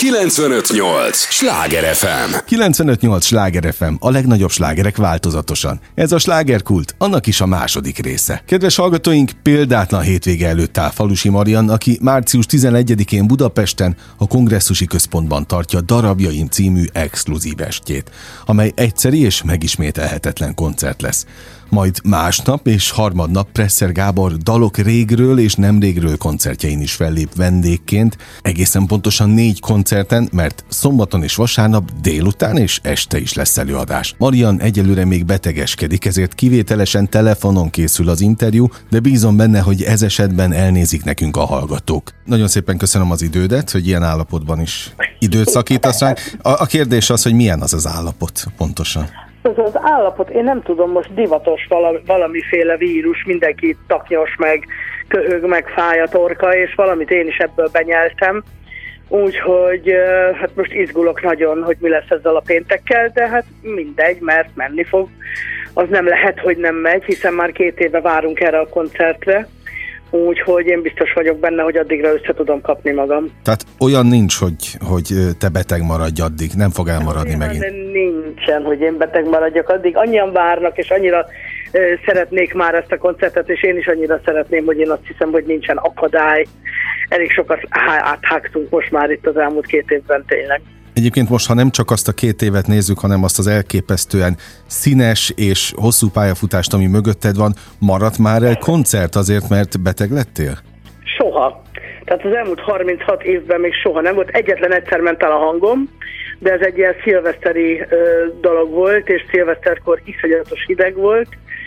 95.8 Sláger FM. 95.8 Sláger FM, a legnagyobb slágerek változatosan. Ez a slágerkult, annak is a második része. Kedves hallgatóink, példátlan hétvége előtt áll Falusi Marian, aki március 11-én Budapesten a Kongresszusi Központban tartja Darabjaim című exkluzív estjét, amely egyszeri és megismételhetetlen koncert lesz. Majd másnap és harmadnap Presser Gábor dalok régről és nem régről koncertjein is fellép vendégként, egészen pontosan 4 koncerten, mert szombaton és vasárnap délután és este is lesz előadás. Marian egyelőre még betegeskedik, ezért kivételesen telefonon készül az interjú, de bízom benne, hogy ez esetben elnézik nekünk a hallgatók. Nagyon szépen köszönöm az idődet, hogy ilyen állapotban is időt szakítasz ránk. A kérdés az, hogy milyen az állapot pontosan? Az állapot, én nem tudom, most divatos valamiféle vírus, mindenki taknyos, meg köhög, meg fáj a torka, és valamit én is ebből benyeltem. Úgyhogy hát most izgulok nagyon, hogy mi lesz ezzel a péntekkel, de hát mindegy, mert menni fog. Az nem lehet, hogy nem megy, hiszen már 2 éve várunk erre a koncertre. Úgyhogy én biztos vagyok benne, hogy addigra össze tudom kapni magam. Tehát olyan nincs, hogy te beteg maradj addig, nem fog elmaradni megint. Nincsen, hogy én beteg maradjak addig. Annyian várnak, és annyira szeretnék már ezt a koncertet, és én is annyira szeretném, hogy én azt hiszem, hogy nincsen akadály. Elég sokat áthágtunk most már itt az elmúlt 2 évben tényleg. Egyébként most, ha nem csak azt a 2 évet nézzük, hanem azt az elképesztően színes és hosszú pályafutást, ami mögötted van, maradt már el koncert azért, mert beteg lettél? Soha. Tehát az elmúlt 36 évben még soha nem volt. Egyetlen egyszer ment el a hangom, de ez egy ilyen szilveszteri dolog volt, és szilveszterkor iszonyatos hideg volt,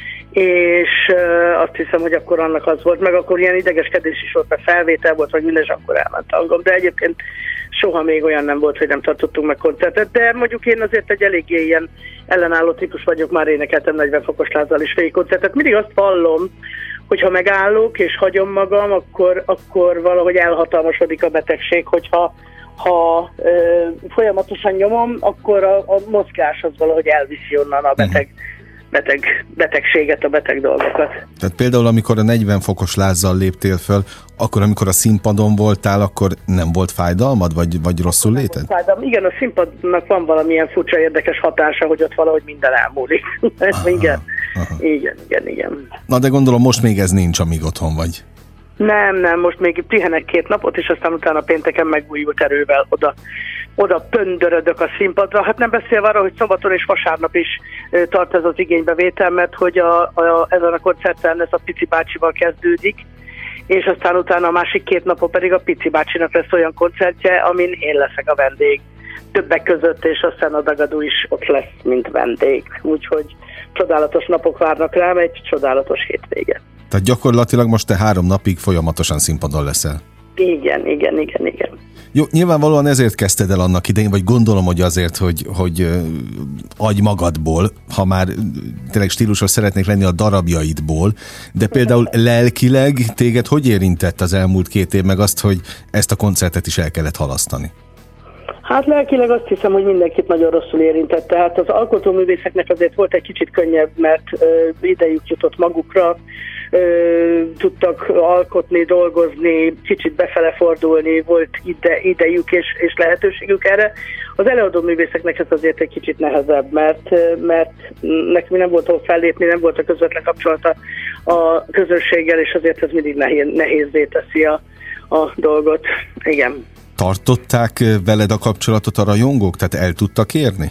és azt hiszem, hogy akkor annak az volt, meg akkor ilyen idegeskedés is volt, mert felvétel volt, vagy minden, és akkor elment a hangom, de egyébként soha még olyan nem volt, hogy nem tartottunk meg koncertet, de mondjuk én azért egy eléggé ilyen ellenálló típus vagyok, már énekeltem 40 fokos lázzal is végigkoncertet. Mindig azt hallom, hogy ha megállok és hagyom magam, akkor valahogy elhatalmasodik a betegség, hogyha folyamatosan nyomom, akkor a mozgás az valahogy elviszi onnan a betegséget, a beteg dolgokat. Tehát például, amikor a 40 fokos lázzal léptél föl, akkor amikor a színpadon voltál, akkor nem volt fájdalmad, vagy rosszul léted? Igen, a színpadnak van valamilyen furcsa, érdekes hatása, hogy ott valahogy minden elmúlik. Igen. Na de gondolom most még ez nincs, amíg otthon vagy. Nem, most még pihenek 2 napot, és aztán utána pénteken megújult erővel oda pöndörödök a színpadra. Hát nem beszélve arra, hogy szombaton és vasárnap is tart ez az igénybevétel, mert hogy ezen a koncerten ez a Pici bácsival kezdődik, és aztán utána a másik 2 napon pedig a Pici bácsinak lesz olyan koncertje, amin én leszek a vendég. Többek között, és aztán a Dagadú is ott lesz, mint vendég. Úgyhogy csodálatos napok várnak rám, egy csodálatos hétvége. Tehát gyakorlatilag most te 3 napig folyamatosan színpadon leszel. Igen. Jó, nyilvánvalóan ezért kezdted el annak idején, vagy gondolom, hogy azért, hogy adj magadból, ha már tényleg stílusos szeretnék lenni, a darabjaidból, de például lelkileg téged hogy érintett az elmúlt 2 év, meg azt, hogy ezt a koncertet is el kellett halasztani? Hát lelkileg azt hiszem, hogy mindenkit nagyon rosszul érintett. Tehát az alkotóművészeknek azért volt egy kicsit könnyebb, mert idejük jutott magukra, tudtak alkotni, dolgozni, kicsit befele fordulni, volt idejük és lehetőségük erre. Az előadó művészeknek ez azért egy kicsit nehezebb, mert nekünk nem volt hol fellépni, nem volt a közvetlen kapcsolata a közösséggel, és azért ez mindig nehézzé teszi a dolgot. Igen. Tartották veled a kapcsolatot a rajongók? Tehát el tudtak érni?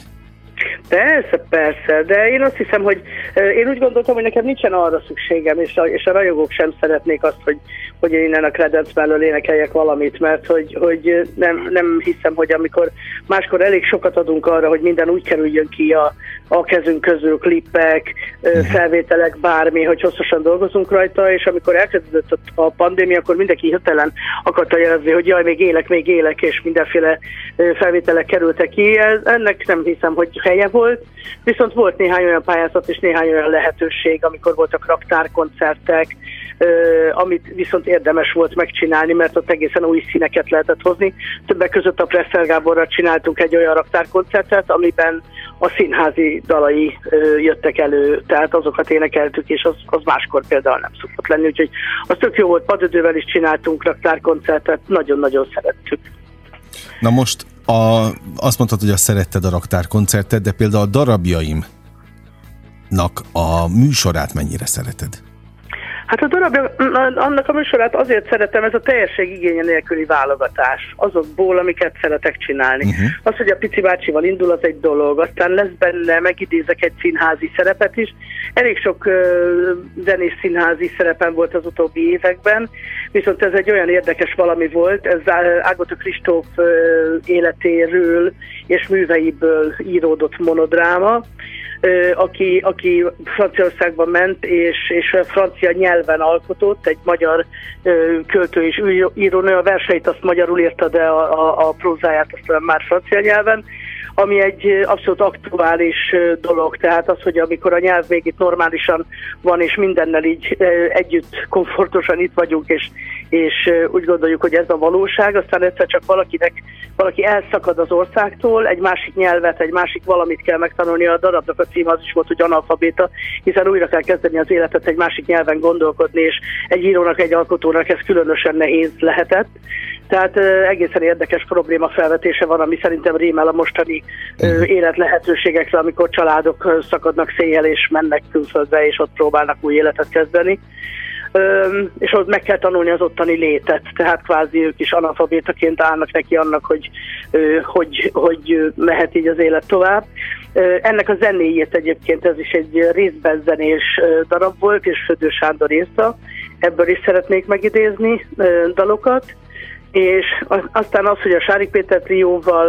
Persze, de én azt hiszem, hogy én úgy gondoltam, hogy nekem nincsen arra szükségem, és a rajongók sem szeretnék azt, hogy én innen a kredenc mellől énekeljek valamit, mert hogy nem hiszem, hogy amikor máskor elég sokat adunk arra, hogy minden úgy kerüljön ki a kezünk közül, klippek, felvételek, bármi, hogy hosszasan dolgozunk rajta, és amikor elkezdődött a pandémia, akkor mindenki hirtelen akarta jelezni, hogy jaj, még élek, és mindenféle felvételek kerültek ki. Ennek nem hiszem, hogy helye volt, viszont volt néhány olyan pályázat és néhány olyan lehetőség, amikor voltak raktárkoncertek, amit viszont érdemes volt megcsinálni, mert ott egészen új színeket lehetett hozni. Többek között a Presser Gáborral csináltunk egy olyan raktárkoncertet, amiben a színházi dalai jöttek elő, tehát azokat énekeltük, és az máskor például nem szokott lenni, úgyhogy az tök jó volt. Padödővel is csináltunk raktárkoncertet, nagyon-nagyon szerettük. Na most Azt mondtad, hogy szeretted a raktárkoncertet, de például a Darabjaimnak a műsorát mennyire szereted? Hát annak a műsorát azért szeretem, ez a teljesség igénye nélküli válogatás azokból, amiket szeretek csinálni. Az, hogy a Pici bácsival indul, az egy dolog, aztán lesz benne, megidézek egy színházi szerepet is. Elég sok zenés színházi szerepem volt az utóbbi években, viszont ez egy olyan érdekes valami volt, ez Ágota Kristóf életéről és műveiből íródott monodráma, aki Franciaországban ment, és francia nyelven alkotott, egy magyar költő és írónő, a verseit azt magyarul írta, de a prózáját azt már francia nyelven, ami egy abszolút aktuális dolog, tehát az, hogy amikor a nyelv még itt normálisan van, és mindennel így együtt komfortosan itt vagyunk, és úgy gondoljuk, hogy ez a valóság, aztán egyszer csak valaki elszakad az országtól, egy másik nyelvet, egy másik valamit kell megtanulni. A darabnak a cím az is volt, hogy analfabéta, hiszen újra kell kezdeni az életet, egy másik nyelven gondolkodni, és egy írónak, egy alkotónak ez különösen nehéz lehetett. Tehát egészen érdekes probléma felvetése van, ami szerintem rímel a mostani élet lehetőségekre, amikor családok szakadnak széjjel és mennek külföldre, és ott próbálnak új életet kezdeni. És ott meg kell tanulni az ottani létet, tehát kvázi ők is analfabétaként állnak neki annak, hogy mehet így az élet tovább. Ennek a zenéjét egyébként ez is egy részben zenés darab volt, és Födő Sándor írta, ebből is szeretnék megidézni dalokat. És aztán az, hogy a Sárik Péter trióval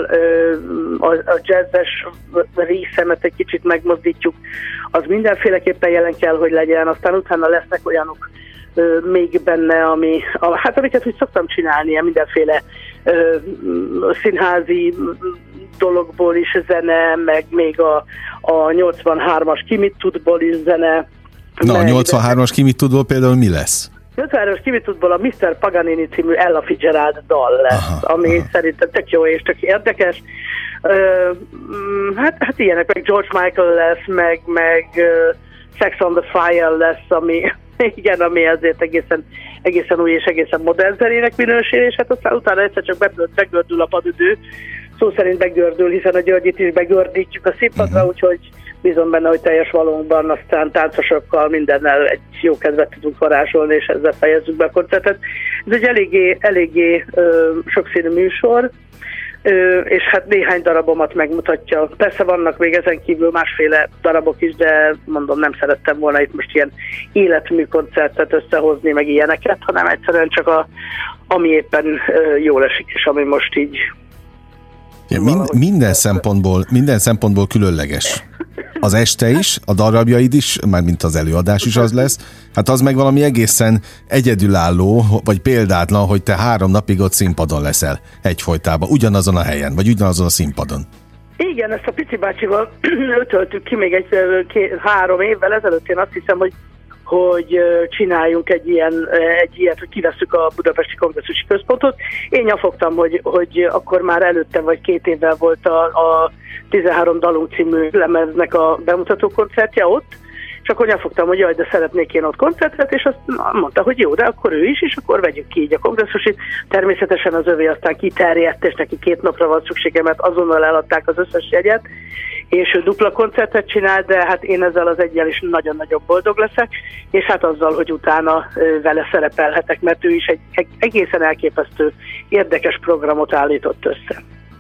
a jazzes részemet egy kicsit megmozdítjuk, az mindenféleképpen jelen kell, hogy legyen. Aztán utána lesznek olyanok még benne, amiket úgy szoktam csinálni, mindenféle színházi dologból is zene, meg még a 83-as Ki mit tudból is zene. Na, a 83-as Ki mit tudból például mi lesz? 83-as Ki mit tudból a Mr. Paganini című Ella Fitzgerald dal lesz, ami szerintem tök jó és tök érdekes. Hát ilyenek, meg George Michael lesz, meg Sex on the Fire lesz, ami azért egészen új és egészen modern zenének minősül, és hát aztán utána egyszer csak begördül a padüdő, szó szerint begördül, hiszen a Györgyit is begördítjük a színpadra, úgyhogy bízom benne, hogy teljes valónkban aztán táncosokkal mindennel egy jó kedvet tudunk varázsolni, és ezzel fejezzük be a koncertet. Ez egy eléggé sokszínű műsor, és hát néhány darabomat megmutatja. Persze vannak még ezen kívül másféle darabok is, de mondom, nem szerettem volna itt most ilyen életműkoncertet összehozni, meg ilyeneket, hanem egyszerűen csak ami éppen jól esik, és ami most így... Ja, minden szempontból különleges. Az este is, a darabjaid is, mármint az előadás is az lesz, hát az meg valami egészen egyedülálló, vagy példátlan, hogy te 3 napig ott színpadon leszel egyfolytában, ugyanazon a helyen, vagy ugyanazon a színpadon. Igen, ezt a Pici bácsival ötöltük ki még 3 évvel ezelőtt, én azt hiszem, hogy csináljunk egy ilyet, hogy kivesszük a Budapesti Kongresszusi Központot. Én nyafogtam, hogy akkor már előtte vagy 2 évvel volt a 13 dalunk című lemeznek a bemutató koncertje ott, és akkor nyafogtam, hogy jaj, de szeretnék én ott koncertet, és azt mondta, hogy jó, de akkor ő is, és akkor vegyük ki így a kongresszusit. Természetesen az övé aztán kiterjedt, és neki 2 napra van szüksége, mert azonnal eladták az összes jegyet, és ő dupla koncertet csinál, de hát én ezzel az eggyel is nagyon-nagyon boldog leszek, és hát azzal, hogy utána vele szerepelhetek, mert ő is egy egészen elképesztő, érdekes programot állított össze.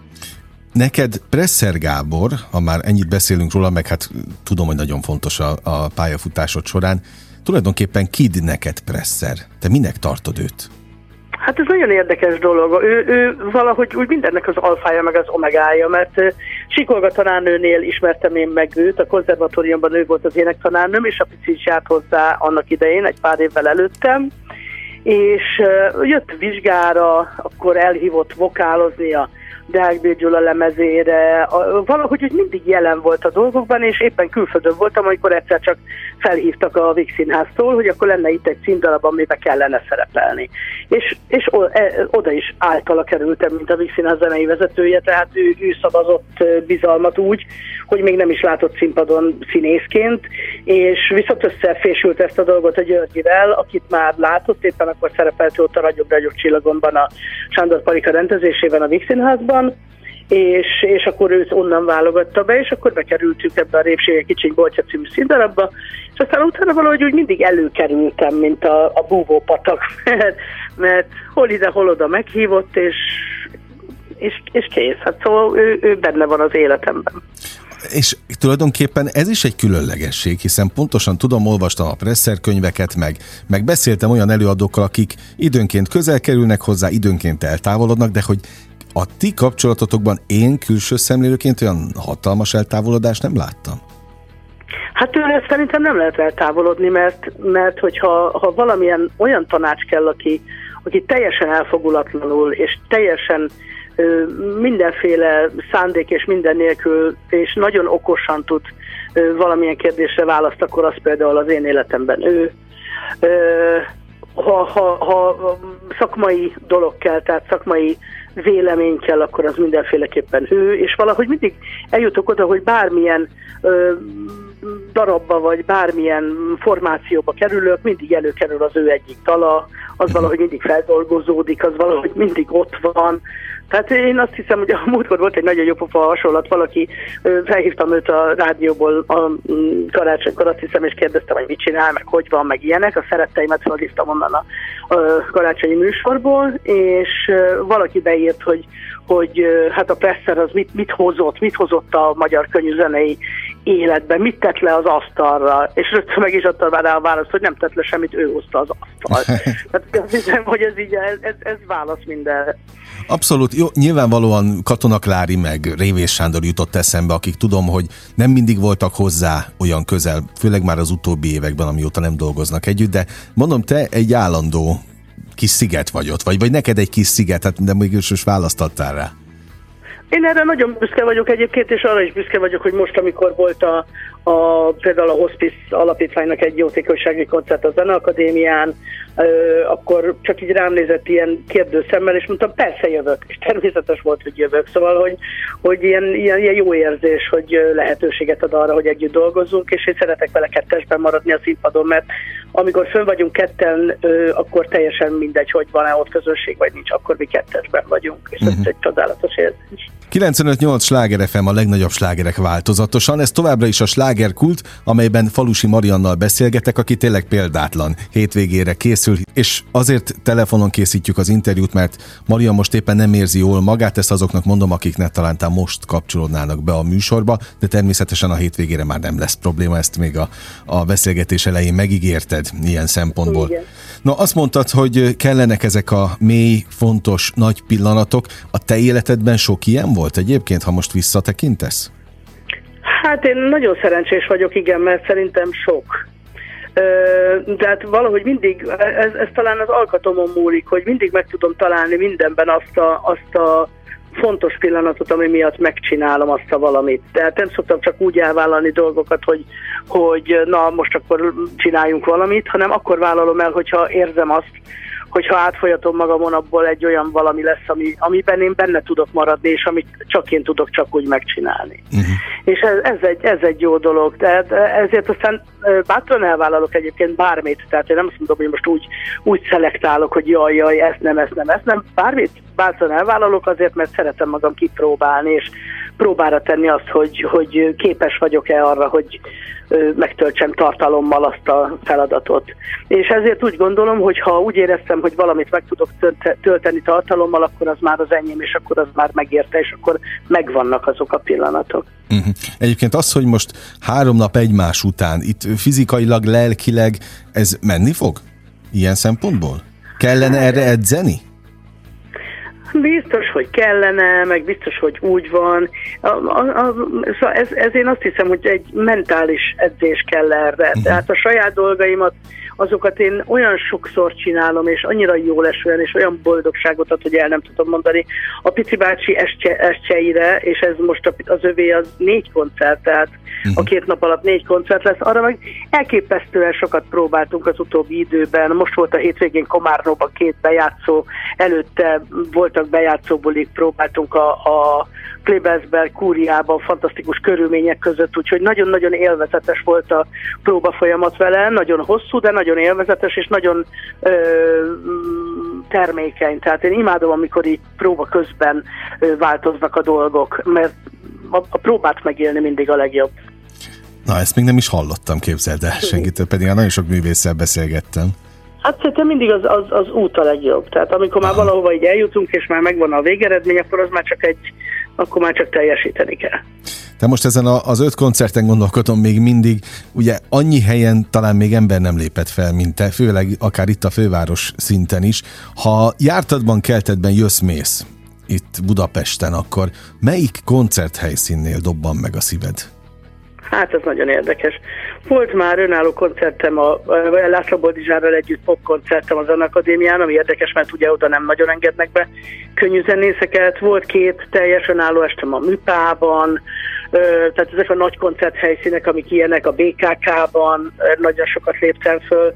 Neked Presser Gábor, ha már ennyit beszélünk róla, meg hát tudom, hogy nagyon fontos a pályafutásod során, tulajdonképpen kid neked Presser? Te minek tartod őt? Hát ez nagyon érdekes dolog. Ő valahogy úgy mindennek az alfája meg az omegája, mert Sikolga tanárnőnél ismertem én meg őt, a konzervatóriumban ő volt az énektanárnőm, és a Pici is járt hozzá annak idején, egy pár évvel előttem, és jött vizsgára, akkor elhívott vokálozni a Deák B. Gyula lemezére, valahogy úgy mindig jelen volt a dolgokban, és éppen külföldön voltam, amikor egyszer csak felhívtak a Víg Színháztól, hogy akkor lenne itt egy címdarab, amiben kellene szerepelni. És oda is általa kerültem, mint a Víg Színház zenei vezetője, tehát ő szavazott bizalmat úgy, hogy még nem is látott színpadon színészként, és viszont összefésült ezt a dolgot a Györgyivel, akit már látott, éppen akkor szerepelt ott a Ragyog Csillagomban a Sándor Parika rendezésében a Víg Színházban, és akkor őt onnan válogatta be, és akkor bekerültünk ebbe a Répségek kicsiny boltja című színdarabba, és aztán utána valahogy úgy mindig előkerültem, mint a búvópatak, mert hol ide, hol oda meghívott, és kész. Hát szóval ő benne van az életemben. És tulajdonképpen ez is egy különlegesség, hiszen pontosan tudom, olvastam a Presser könyveket, meg beszéltem olyan előadókkal, akik időnként közel kerülnek hozzá, időnként eltávolodnak, de hogy a ti kapcsolatotokban én külső szemlélőként olyan hatalmas eltávolodást nem láttam. Hát tőle szerintem nem lehet eltávolodni, mert hogyha valamilyen olyan tanács kell, aki teljesen elfogulatlanul és teljesen mindenféle szándék és minden nélkül, és nagyon okosan tud valamilyen kérdésre választ, akkor az például az én életemben ő. Ha szakmai dolog kell, tehát szakmai vélemény kell, akkor az mindenféleképpen ő, és valahogy mindig eljutok oda, hogy bármilyen darabba, vagy bármilyen formációba kerülök, mindig előkerül az ő egyik dala, az valahogy mindig feldolgozódik, az valahogy mindig ott van. Tehát én azt hiszem, hogy a múltkor volt egy nagyon jó pofa hasonlat, valaki, felhívtam őt a rádióból a karácsonykor, azt hiszem, és kérdeztem, hogy mit csinál, meg hogy van, meg ilyenek. A szeretteimet felhívtam onnan a karácsonyi műsorból, és valaki beírt, hogy hát a Presser az mit hozott a magyar könnyűzenei életben, mit tett le az asztalra, és rögtön meg is adta rá a választ, hogy nem tett le semmit, ő hozta az asztalt. Tehát azt hiszem, hogy ez válasz mindenre. Abszolút. Jó, nyilvánvalóan Katona Klári meg Révés Sándor jutott eszembe, akik tudom, hogy nem mindig voltak hozzá olyan közel, főleg már az utóbbi években, amióta nem dolgoznak együtt, de mondom, te egy állandó kis sziget vagy ott, vagy neked egy kis sziget, de mégis is választottál rá. Én erre nagyon büszke vagyok egyébként, és arra is büszke vagyok, hogy most, amikor volt például a Hospice Alapítványnak egy jótékonysági koncert a Zeneakadémián, akkor csak így rám nézett ilyen kérdőszemmel, és mondtam, persze jövök, és természetes volt, hogy jövök. Szóval, hogy ilyen jó érzés, hogy lehetőséget ad arra, hogy együtt dolgozzunk, és én szeretek vele kettesben maradni a színpadon, mert amikor fönn vagyunk ketten, akkor teljesen mindegy, hogy van-e ott közönség, vagy nincs, akkor mi kettesben vagyunk, és ez egy csodálatos érzés. 95.8 Sláger FM, a legnagyobb slágerek változatosan. Ez továbbra is a Slágerkult, amelyben Falusi Mariannal beszélgetek, aki tényleg példátlan hétvégére készül, és azért telefonon készítjük az interjút, mert Marian most éppen nem érzi jól magát, ezt azoknak mondom, akik talán most kapcsolódnának be a műsorba, de természetesen a hétvégére már nem lesz probléma, ezt még a beszélgetés elején megígérted ilyen szempontból. Igen. Na, azt mondtad, hogy kellenek ezek a mély, fontos, nagy pillanatok. A te életedben sok ilyen volt egyébként, ha most visszatekintesz? Hát én nagyon szerencsés vagyok, igen, mert szerintem sok. De hát valahogy mindig, ez talán az alkatomon múlik, hogy mindig meg tudom találni mindenben azt a fontos pillanatot, ami miatt megcsinálom azt a valamit. Tehát nem szoktam csak úgy elvállalni dolgokat, hogy na most akkor csináljunk valamit, hanem akkor vállalom el, hogyha érzem azt, hogyha átfolyatom magamon, abból egy olyan valami lesz, amiben én benne tudok maradni, és amit csak én tudok csak úgy megcsinálni. Uh-huh. És ez egy jó dolog. Tehát ezért aztán bátran elvállalok egyébként bármit, tehát én nem azt mondom, hogy most úgy szelektálok, hogy jaj, ezt nem. Bármit bátran elvállalok azért, mert szeretem magam kipróbálni, és próbára tenni azt, hogy képes vagyok-e arra, hogy megtöltsem tartalommal azt a feladatot. És ezért úgy gondolom, hogy ha úgy éreztem, hogy valamit meg tudok tölteni tartalommal, akkor az már az enyém, és akkor az már megérte, és akkor megvannak azok a pillanatok. Uh-huh. Egyébként az, hogy most 3 nap egymás után, itt fizikailag, lelkileg, ez menni fog? Ilyen szempontból? Kellene erre edzeni? Biztos, hogy kellene, meg biztos, hogy úgy van. Szóval ez én azt hiszem, hogy egy mentális edzés kell erre. Tehát a saját dolgaimat, azokat én olyan sokszor csinálom, és annyira jól esően, és olyan boldogságot ad, hogy el nem tudom mondani. A Pici bácsi estjeire, és ez most az övé az 4 koncert, tehát a 2 nap alatt 4 koncert lesz. Arra meg elképesztően sokat próbáltunk az utóbbi időben. Most volt a hétvégén Komárnóban 2 bejátszó, előtte voltak bejátszóbulik, próbáltunk a Klebezben, Kúriában, fantasztikus körülmények között, úgyhogy nagyon-nagyon élvezetes volt a próbafolyamat vele, nagyon hosszú, de nagyon élvezetes, és nagyon termékeny, tehát én imádom, amikor így próba közben változnak a dolgok, mert a próbát megélni mindig a legjobb. Na, ezt még nem is hallottam, képzeld el senkitől, pedig nagyon sok művésszel beszélgettem. Hát szerintem mindig az út a legjobb. Tehát amikor már valahova így eljutunk, és már megvan a végeredmény, akkor már csak teljesíteni kell. Te most ezen az 5 koncerten gondolkodom még mindig, ugye annyi helyen talán még ember nem lépett fel, mint te, főleg akár itt a főváros szinten is. Ha jártatban, keltetben jössz-mész itt Budapesten, akkor melyik koncerthelyszínnél dobban meg a szíved? Hát ez nagyon érdekes. Volt már önálló koncertem, a László Boldizsárral együtt popkoncertem az Zenakadémián, ami érdekes, mert ugye oda nem nagyon engednek be könnyű zenészeket. Volt 2 teljes önálló estem a Műpában, tehát ezek a nagy koncerthelyszínek, amik ilyenek, a BKK-ban, nagyon sokat léptem föl.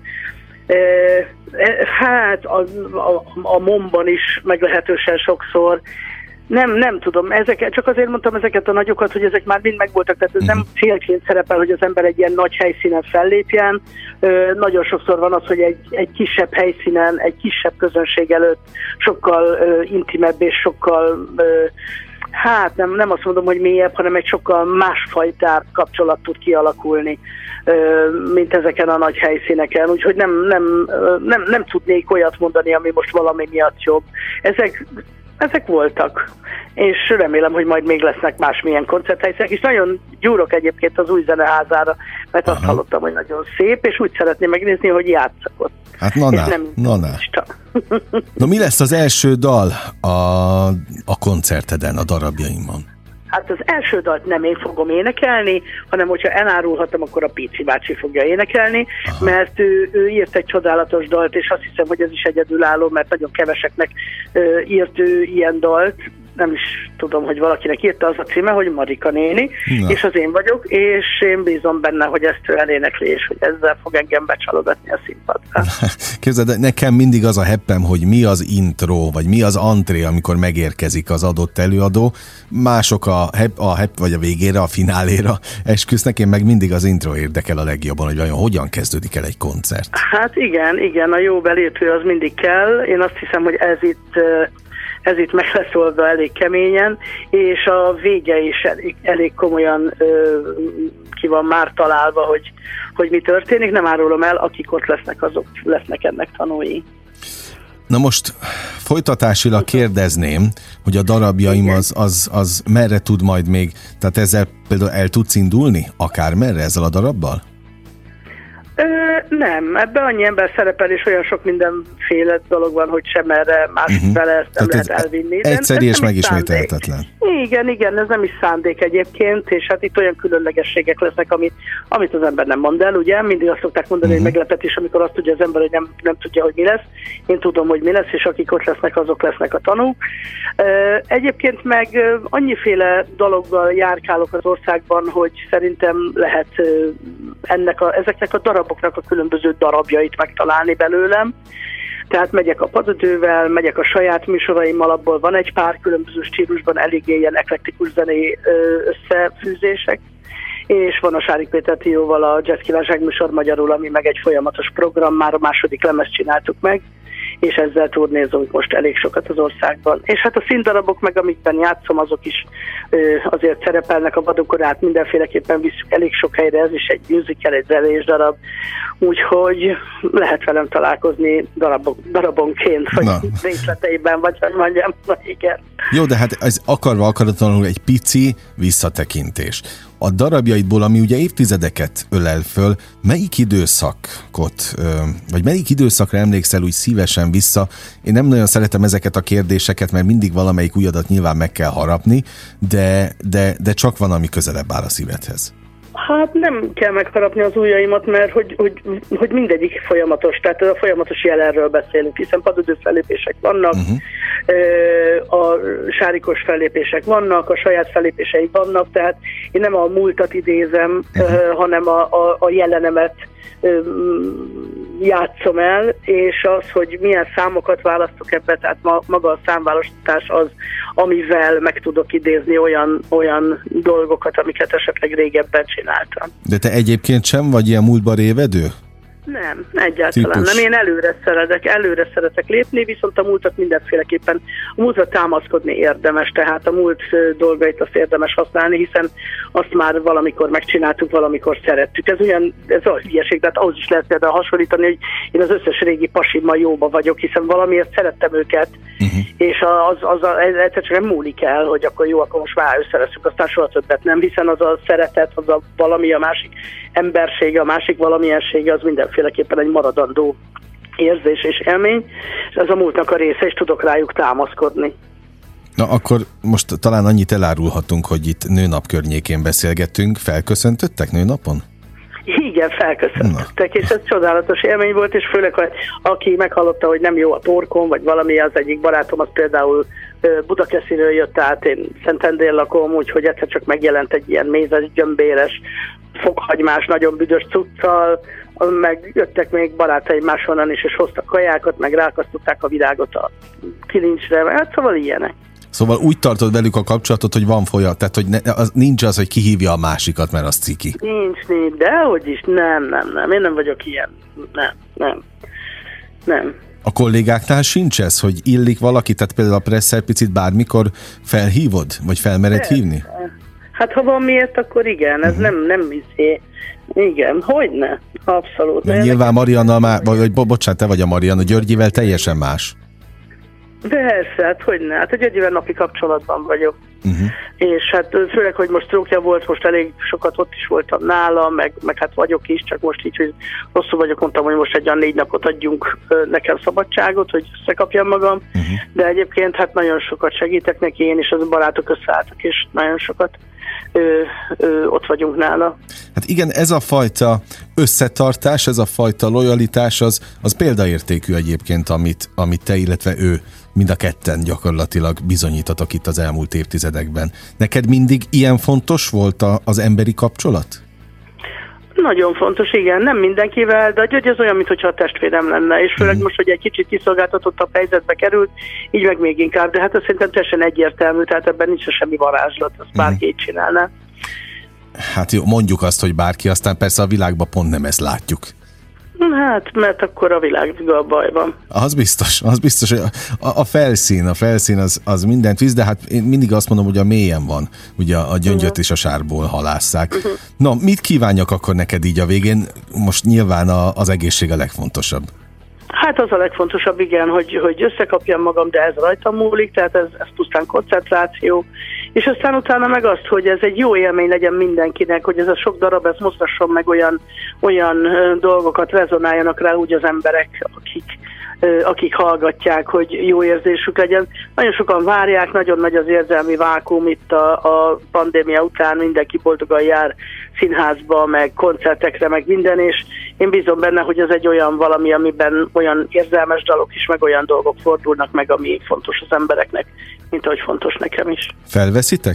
Hát a MOM-ban is meglehetősen sokszor. Nem tudom, csak azért mondtam ezeket a nagyokat, hogy ezek már mind megvoltak, tehát ez nem célként szerepel, hogy az ember egy ilyen nagy helyszínen fellépjen. Nagyon sokszor van az, hogy egy kisebb helyszínen, egy kisebb közönség előtt sokkal intimebb és sokkal, hát nem azt mondom, hogy mélyebb, hanem egy sokkal másfajta kapcsolat tud kialakulni, mint ezeken a nagy helyszíneken. Úgyhogy nem tudnék olyat mondani, ami most valami miatt jobb. Ezek voltak, és remélem, hogy majd még lesznek másmilyen koncerthelyszínek, és nagyon gyúrok egyébként az új zeneházára, mert azt hallottam, hogy nagyon szép, és úgy szeretném megnézni, hogy játszak ott. Hát na. Na, mi lesz az első dal a koncerteden, a darabjaimban? Hát az első dalt nem én fogom énekelni, hanem hogyha elárulhatom, akkor a Pici bácsi fogja énekelni, mert ő írt egy csodálatos dalt, és azt hiszem, hogy ez is egyedülálló, mert nagyon keveseknek írt ő ilyen dalt. Nem is tudom, hogy valakinek írta, az a címe, hogy Marika néni, és az én vagyok, és én bízom benne, hogy ezt ő elénekli, és hogy ezzel fog engem becsalogatni a színpadra. Képzeld, nekem mindig az a heppem, hogy mi az intro, vagy mi az antré, amikor megérkezik az adott előadó. Mások a hepp vagy a végére, a fináléra esküsznek, én meg mindig az intro érdekel a legjobban, hogy vajon hogyan kezdődik el egy koncert. Hát igen, a jó belépő az mindig kell. Én azt hiszem, hogy ez itt meg lesz oldva elég keményen, és a vége is elég komolyan ki van már találva, hogy mi történik. Nem árulom el, akik ott lesznek, azok lesznek ennek tanúi. Na most folytatásilag kérdezném, hogy a darabjaim az merre tud majd még, tehát ezzel például el tudsz indulni? Akár merre ezzel a darabbal? Nem, ebben annyi ember szerepel, és olyan sok mindenféle dolog van, hogy sem erre másfele ezt nem lehet elvinni. Egyszerű és megismételhetetlen. Igen, ez nem is szándék egyébként, és hát itt olyan különlegességek lesznek, amit az ember nem mond el, ugye? Mindig azt szokták mondani, hogy meglepetés, amikor azt tudja az ember, hogy nem tudja, hogy mi lesz. Én tudom, hogy mi lesz, és akik ott lesznek, azok lesznek a tanúk. Egyébként meg annyiféle dologgal járkálok az országban, hogy szerintem lehet ezeknek a daraboknak a különböző darabjait megtalálni belőlem. Tehát megyek a padödővel, megyek a saját műsoraimmal, abból van egy pár különböző stílusban eléggé ilyen eklektikus zenei összefűzések, és van a Sárik Péter Trióval a Jazz Kívánság műsor magyarul, ami meg egy folyamatos program, már a második lemezt csináltuk meg, és ezzel turnézunk most elég sokat az országban. És hát a színdarabok meg, amikben játszom, azok is azért szerepelnek, a Vadokorát mindenféleképpen visszük elég sok helyre, ez is egy musical, egy zenés darab, úgyhogy lehet velem találkozni darabonként, vagy részleteiben, vagy hogy mondjam, igen. Jó, de hát ez akaratlanul egy pici visszatekintés. A darabjaidból, ami ugye évtizedeket ölel föl, melyik időszakot, vagy melyik időszakra emlékszel úgy szívesen vissza? Én nem nagyon szeretem ezeket a kérdéseket, mert mindig valamelyik ujjadat nyilván meg kell harapni, de csak van, ami közelebb áll a szívedhez. Hát nem kell megharapni az ujjaimat, mert hogy mindegyik folyamatos, tehát a folyamatos jelenről beszélünk, hiszen padödő fellépések vannak, a sárikos fellépések vannak, a saját fellépései vannak, tehát én nem a múltat idézem, hanem a jelenemet játszom el, és az, hogy milyen számokat választok ebbe, tehát maga a számválasztás az, amivel meg tudok idézni olyan dolgokat, amiket esetleg régebben csináltam. De te egyébként sem vagy ilyen múltba révedő? Nem, egyáltalán nem. Én előre szeretek lépni, viszont a múltat mindenféleképpen, a múltra támaszkodni érdemes, tehát a múlt dolgait azt érdemes használni, hiszen azt már valamikor megcsináltuk, valamikor szerettük. Ez a hülyeség, tehát ahhoz is lehet például hasonlítani, hogy én az összes régi pasimmal jóba vagyok, hiszen valamiért szerettem őket, és ez egyszer csak nem múlik el, hogy akkor jó, akkor most már összeveszünk, aztán soha többet nem, hiszen az a szeretet, az a valami, a másik embersége, a másik valamilyensége, az mindenféleképpen egy maradandó érzés és élmény, és ez a múltnak a része, és tudok rájuk támaszkodni. Na akkor most talán annyit elárulhatunk, hogy itt nőnap környékén beszélgettünk. Felköszöntöttek nőnapon? Igen, felköszöntöttek, és ez csodálatos élmény volt, és főleg, aki meghallotta, hogy nem jó a torkom, vagy valami, az egyik barátom, az például Budakesziről jött át, én Szentendrén lakom, úgyhogy egyszer csak megjelent egy ilyen mézes, gyömbéres, fokhagymás, nagyon büdös cuccal, meg jöttek még barátaim máshonnan is, és hoztak kajákat, meg rákasztották a virágot a kilincsre, hát szóval ilyenek. Szóval úgy tartod velük a kapcsolatot, hogy van folyamat, tehát hogy nincs az, hogy kihívja a másikat, mert az ciki. Nincs, dehogy is, nem, én nem vagyok ilyen, nem. A kollégáknál sincs ez, hogy illik valaki, tehát például a Presser picit bármikor felhívod, vagy felmered hívni? Hát ha van miért, akkor igen, ez nem izé. Igen, hogyne, abszolút. Mert nyilván Mariannal már, vagy bocsánat, te vagy a Marianna, Györgyivel teljesen más. Persze, hát hogyne, hát a Györgyivel napi kapcsolatban vagyok. És hát főleg, hogy most sztrókja volt, most elég sokat ott is voltam nála, meg hát vagyok is, csak most így, hogy rosszul vagyok, mondtam, hogy most egy olyan 4 napot adjunk nekem szabadságot, hogy összekapjam magam, de egyébként hát nagyon sokat segítek neki, én és az barátok összeálltak, és nagyon sokat ott vagyunk nála. Hát igen, ez a fajta összetartás, ez a fajta lojalitás, az példaértékű egyébként, amit te, illetve ő mind a ketten gyakorlatilag bizonyítatok itt az elmúlt évtizedekben. Neked mindig ilyen fontos volt az emberi kapcsolat? Nagyon fontos, igen, nem mindenkivel, de a György az olyan, mintha a testvérem lenne, és főleg most, hogy egy kicsit kiszolgáltatottabb helyzetbe került, így meg még inkább, de hát ez szerintem teljesen egyértelmű, tehát ebben nincs semmi varázslat, azt bárki így csinálná. Hát jó, mondjuk azt, hogy bárki, aztán persze a világban pont nem ezt látjuk. Hát, mert akkor a világgal baj van. Az biztos, hogy a felszín az mindent visz, de hát én mindig azt mondom, hogy a mélyen van, ugye a gyöngyöt és a sárból halásszák. No, mit kívánjak akkor neked így a végén? Most nyilván az egészség a legfontosabb. Hát az a legfontosabb, igen, hogy összekapjam magam, de ez rajtam múlik, tehát ez pusztán koncentráció, és aztán utána meg azt, hogy ez egy jó élmény legyen mindenkinek, hogy ez a sok darab, ez mozgasson meg olyan dolgokat, rezonáljanak rá úgy az emberek, akik hallgatják, hogy jó érzésük legyen. Nagyon sokan várják, nagyon nagy az érzelmi vákuum itt a pandémia után, mindenki boldogan jár színházba, meg koncertekre, meg minden, és én bízom benne, hogy ez egy olyan valami, amiben olyan érzelmes dalok is, meg olyan dolgok fordulnak meg, ami fontos az embereknek, mint ahogy fontos nekem is. Felveszitek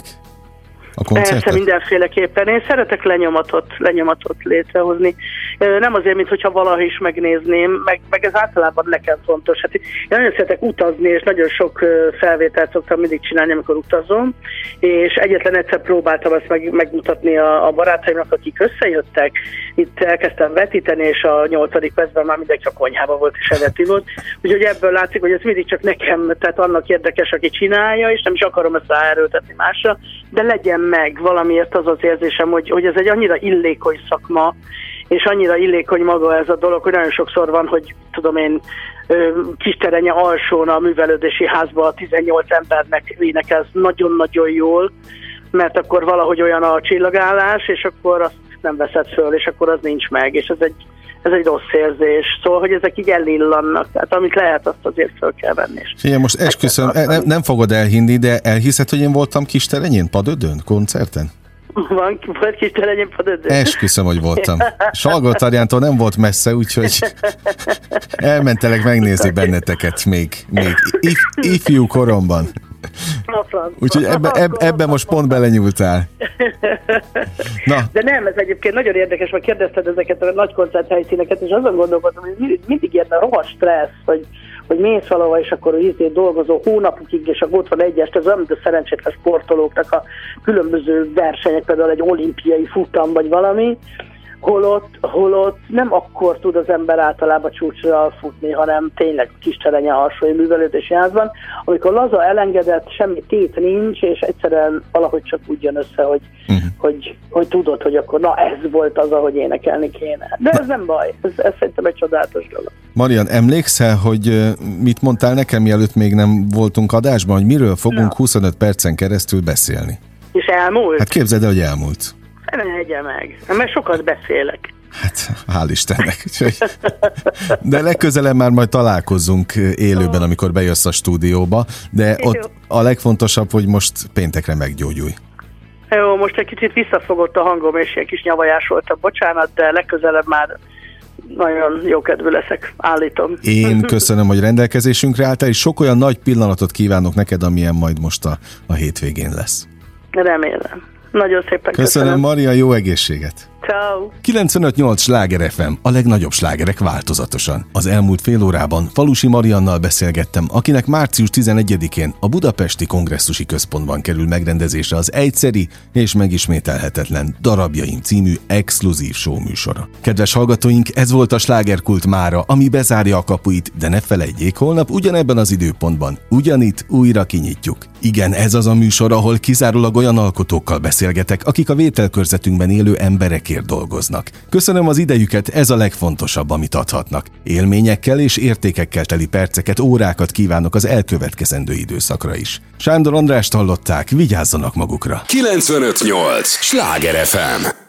a koncertet? Persze, mindenféleképpen. Én szeretek lenyomatot létrehozni. Nem azért, mintha valaha is megnézném, meg ez általában nekem fontos. Hát én nagyon szeretek utazni, és nagyon sok felvételt szoktam mindig csinálni, amikor utazom, és egyetlen egyszer próbáltam ezt megmutatni a barátaimnak, akik összejöttek. Itt elkezdtem vetíteni, és a 8. percben már mindenki a konyhában volt, és eveti volt. Úgyhogy ebből látszik, hogy ez mindig csak nekem, tehát annak érdekes, aki csinálja, és nem is akarom ezt ráerőltetni másra, de legyen meg valamiért az érzésem, hogy ez egy annyira illékony szakma, és annyira illékony maga ez a dolog, hogy nagyon sokszor van, hogy tudom én, Kisterenye alsón a művelődési házban a 18 embernek énekelsz nagyon-nagyon jól, mert akkor valahogy olyan a csillagállás, és akkor azt nem veszed föl, és akkor az nincs meg, és ez egy rossz érzés. Szóval, hogy ezek így elillannak, tehát amit lehet, azt azért föl kell venni. Figyelj, most esküszöm, nem fogod elhinni, de elhiszed, hogy én voltam Kisterenyén, Padödön, koncerten? Volt Kisterenyén, Padödön? Esküszöm, hogy voltam. Salgótarjántól nem volt messze, úgyhogy elmentelek megnézni benneteket még ifjú koromban. Úgyhogy ebben most pont belenyúltál. Na. De nem, ez egyébként nagyon érdekes, mert kérdezted ezeket a nagy koncerthelyszíneket, és azon gondolkodom, hogy mindig ilyen a rohadt stressz, hogy mész valahol, és akkor dolgozó hónapokig, és akkor ott van egy este, ez olyan, mint a szerencsétlen sportolóknak a különböző versenyek, például egy olimpiai futam, vagy valami, Holott nem akkor tud az ember általában csúcsra futni, hanem tényleg Kisterenye alsói művelődési házban, amikor laza, elengedett, semmi tét nincs, és egyszerűen valahogy csak úgy jön össze, hogy tudod, hogy akkor na ez volt az, ahogy énekelni kéne. De ez nem baj, ez szerintem egy csodálatos dolog. Marian, emlékszel, hogy mit mondtál nekem, mielőtt még nem voltunk adásban, hogy miről fogunk 25 percen keresztül beszélni? És elmúlt? Hát képzeld el, hogy elmúlt. Ne egye meg, mert sokat beszélek. Hát, hál' Istennek. De legközelebb már majd találkozzunk élőben, amikor bejössz a stúdióba, de ott a legfontosabb, hogy most péntekre meggyógyulj. Jó, most egy kicsit visszafogott a hangom, és egy kis nyavajás voltam, bocsánat, de legközelebb már nagyon jókedvű leszek, állítom. Én köszönöm, hogy rendelkezésünkre álltál, és sok olyan nagy pillanatot kívánok neked, amilyen majd most a hétvégén lesz. Remélem. Nagyon szépen köszönöm. Maria, jó egészséget! Ciao. 95.8 Sláger FM, a legnagyobb slágerek változatosan. Az elmúlt fél órában Falusi Mariannal beszélgettem, akinek március 11-én a Budapesti Kongresszusi Központban kerül megrendezésre az egyszeri és megismételhetetlen Darabjaim című exkluzív show műsora. Kedves hallgatóink, ez volt a Slágerkult mára, ami bezárja a kapuit, de ne felejtjék, holnap ugyanebben az időpontban, ugyanitt újra kinyitjuk. Igen, ez az a műsor, ahol kizárólag olyan alkotókkal beszélgetek, akik a vételkörzetünkben élő emberekért dolgoznak. Köszönöm az idejüket, ez a legfontosabb, amit adhatnak. Élményekkel és értékekkel teli perceket, órákat kívánok az elkövetkezendő időszakra is. Sándor Andrást hallották, vigyázzanak magukra! 95.8 Sláger FM